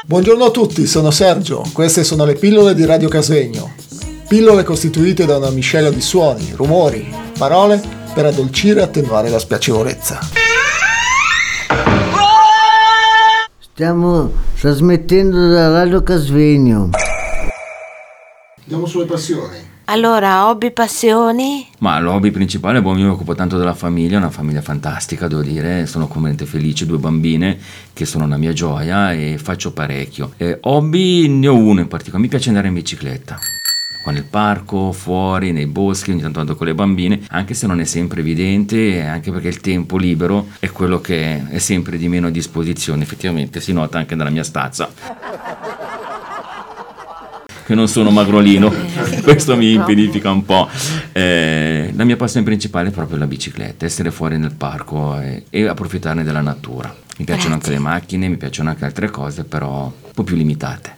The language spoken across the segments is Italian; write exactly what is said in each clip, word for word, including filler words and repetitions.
Buongiorno a tutti, sono Sergio, queste sono le pillole di Radio Casvegno. Pillole costituite da una miscela di suoni, rumori, parole per addolcire e attenuare la spiacevolezza. Stiamo trasmettendo da Radio Casvegno. Andiamo sulle passioni. Allora, hobby, passioni? Ma l'hobby principale, boh, io mi occupo tanto della famiglia, una famiglia fantastica, devo dire, sono comunque felice, due bambine che sono la mia gioia e faccio parecchio. Eh, hobby ne ho uno in particolare, mi piace andare in bicicletta. Qua nel parco, fuori, nei boschi, ogni tanto vado con le bambine, anche se non è sempre evidente, anche perché il tempo libero è quello che è sempre di meno a disposizione, effettivamente si nota anche dalla mia stazza. Che non sono magrolino, questo mi impedifica un po'. Eh, la mia passione principale è proprio la bicicletta, essere fuori nel parco e, e approfittarne della natura. Mi piacciono Grazie. Anche le macchine, mi piacciono anche altre cose, però un po' più limitate.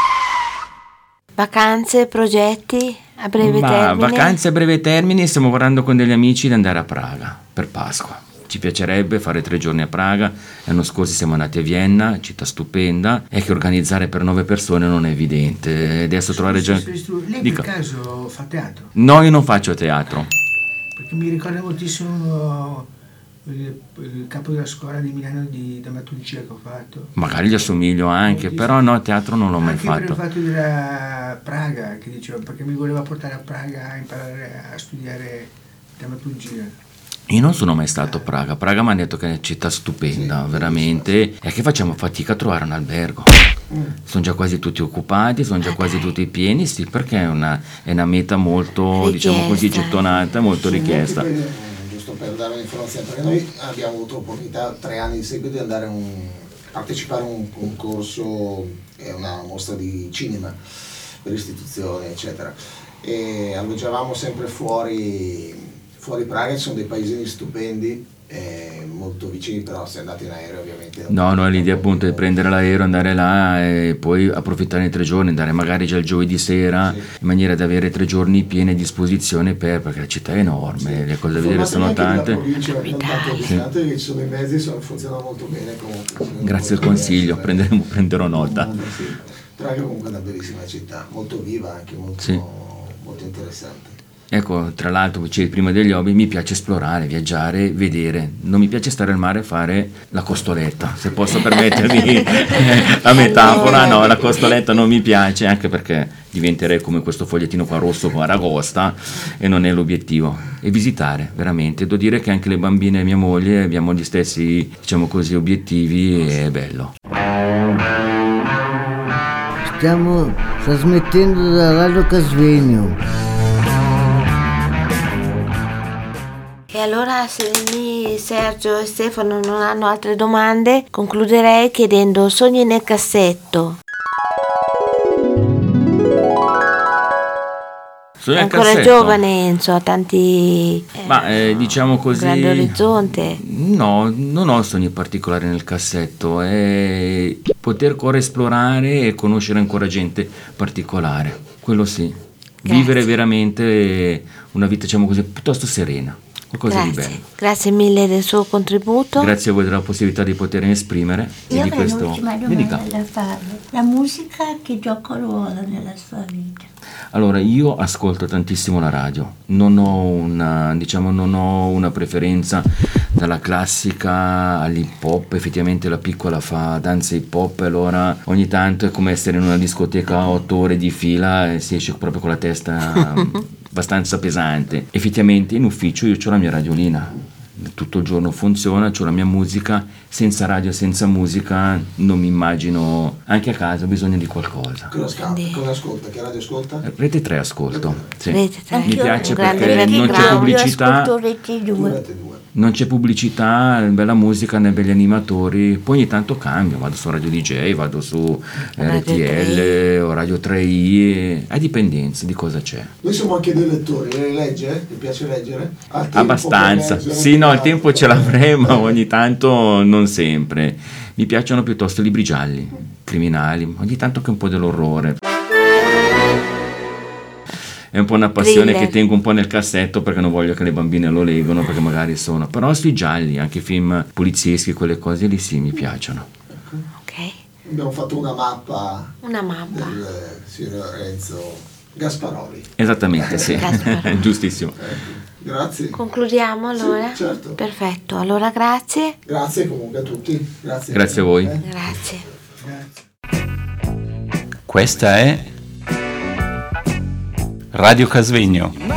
Vacanze, progetti a breve Ma termine? Vacanze a breve termine, stiamo guardando con degli amici di andare a Praga per Pasqua. Ci piacerebbe fare tre giorni a Praga. L'anno scorso siamo andati a Vienna, città stupenda, è che organizzare per nove persone non è evidente. Adesso trovare già... Lei Dica. per caso fa teatro? No, io non faccio teatro. Perché mi ricorda moltissimo il, il capo della scuola di Milano di drammaturgia che ho fatto. Magari gli assomiglio anche, però no, teatro non l'ho mai anche fatto. Per il fatto della Praga, che dicevo, perché mi voleva portare a Praga a imparare a studiare drammaturgia. Io non sono mai stato a Praga. Praga mi hanno detto che è una città stupenda, sì, veramente, e che facciamo fatica a trovare un albergo. Mm. Sono già quasi tutti occupati, sono già ah, quasi dai. tutti pieni, sì, perché è una, è una meta molto, richiesta. diciamo così, gettonata, molto sì, richiesta. Per, giusto per dare un'informazione, perché noi abbiamo avuto l'opportunità tre anni di seguito di andare a un, partecipare a un, un corso e una mostra di cinema per istituzioni, eccetera. E alloggiavamo sempre fuori. Fuori Praga ci sono dei paesini stupendi, eh, molto vicini, però se andate in aereo ovviamente... No, no, l'idea appunto è prendere l'aereo, andare là e poi approfittare di tre giorni, andare magari già il giovedì sera, sì. in maniera da avere tre giorni pieni a disposizione per, perché la città è enorme, sì. le cose da vedere sono tante. Provincia, non tanto distante, sì. che ci sono i mezzi, sono, funzionano molto bene comunque. Grazie al consiglio, prenderemo, prenderò nota. Sì. Praga comunque è una bellissima città, molto viva anche, molto, sì. molto interessante. Ecco, tra l'altro, prima degli hobby, mi piace esplorare, viaggiare, vedere. Non mi piace stare al mare e fare la costoletta, se posso permettermi la metafora. No, la costoletta non mi piace, anche perché diventerei come questo fogliettino qua rosso con aragosta e non è l'obiettivo. E visitare, veramente. Devo dire che anche le bambine e mia moglie abbiamo gli stessi, diciamo così, obiettivi e è bello. Stiamo trasmettendo da Radio Casvegno. E allora, se Sergio e Stefano non hanno altre domande, concluderei chiedendo sogni nel cassetto. Sogni è nel ancora cassetto. Giovane, Enzo, ha tanti... Eh, Ma eh, diciamo così... grande orizzonte. No, non ho sogni particolari nel cassetto, è poter ancora esplorare e conoscere ancora gente particolare, quello sì. Grazie. Vivere veramente una vita, diciamo così, piuttosto serena. Qualcosa Grazie. di bello. Grazie mille del suo contributo. Grazie a voi della possibilità di potermi esprimere. Io e di avrei questo... un'ultima domanda da farle. La musica che gioco ruolo nella sua vita? Allora, io ascolto tantissimo la radio, non ho una, diciamo, non ho una preferenza dalla classica all'hip hop. Effettivamente la piccola fa danza hip hop, allora ogni tanto è come essere in una discoteca otto ore di fila e si esce proprio con la testa abbastanza pesante. Effettivamente in ufficio io ho la mia radiolina, tutto il giorno funziona, ho la mia musica, senza radio, senza musica non mi immagino, anche a casa ho bisogno di qualcosa. Cosa ascolta? Che radio ascolta? Rete tre ascolto, sì. Rete tre. Mi piace Grande perché non c'è pubblicità, Io ascolto Rete due. non c'è pubblicità, bella musica né belli animatori, poi ogni tanto cambio, vado su Radio D J, vado su R T L o Radio tre I, a dipendenza di cosa c'è. Noi siamo anche dei lettori, lei legge? Ti piace leggere? Abbastanza, sì, no, il tempo ce l'avrei, ma ogni tanto non sempre. Mi piacciono piuttosto libri gialli, criminali, ogni tanto anche un po' dell'orrore. È un po' una passione Thriller. Che tengo un po' nel cassetto perché non voglio che le bambine lo leggono, perché magari sono, però sui gialli, anche film polizieschi, quelle cose lì sì mi piacciono. Ok. abbiamo fatto una mappa Una mappa. del signor Renzo Gasparoli. Esattamente, sì. Gasparoli. Giustissimo. Ecco, grazie. Concludiamo allora? Sì, certo. Perfetto, allora grazie. Grazie comunque a tutti. Grazie, Grazie a voi. Eh. Grazie. Questa è Radio Casvegno.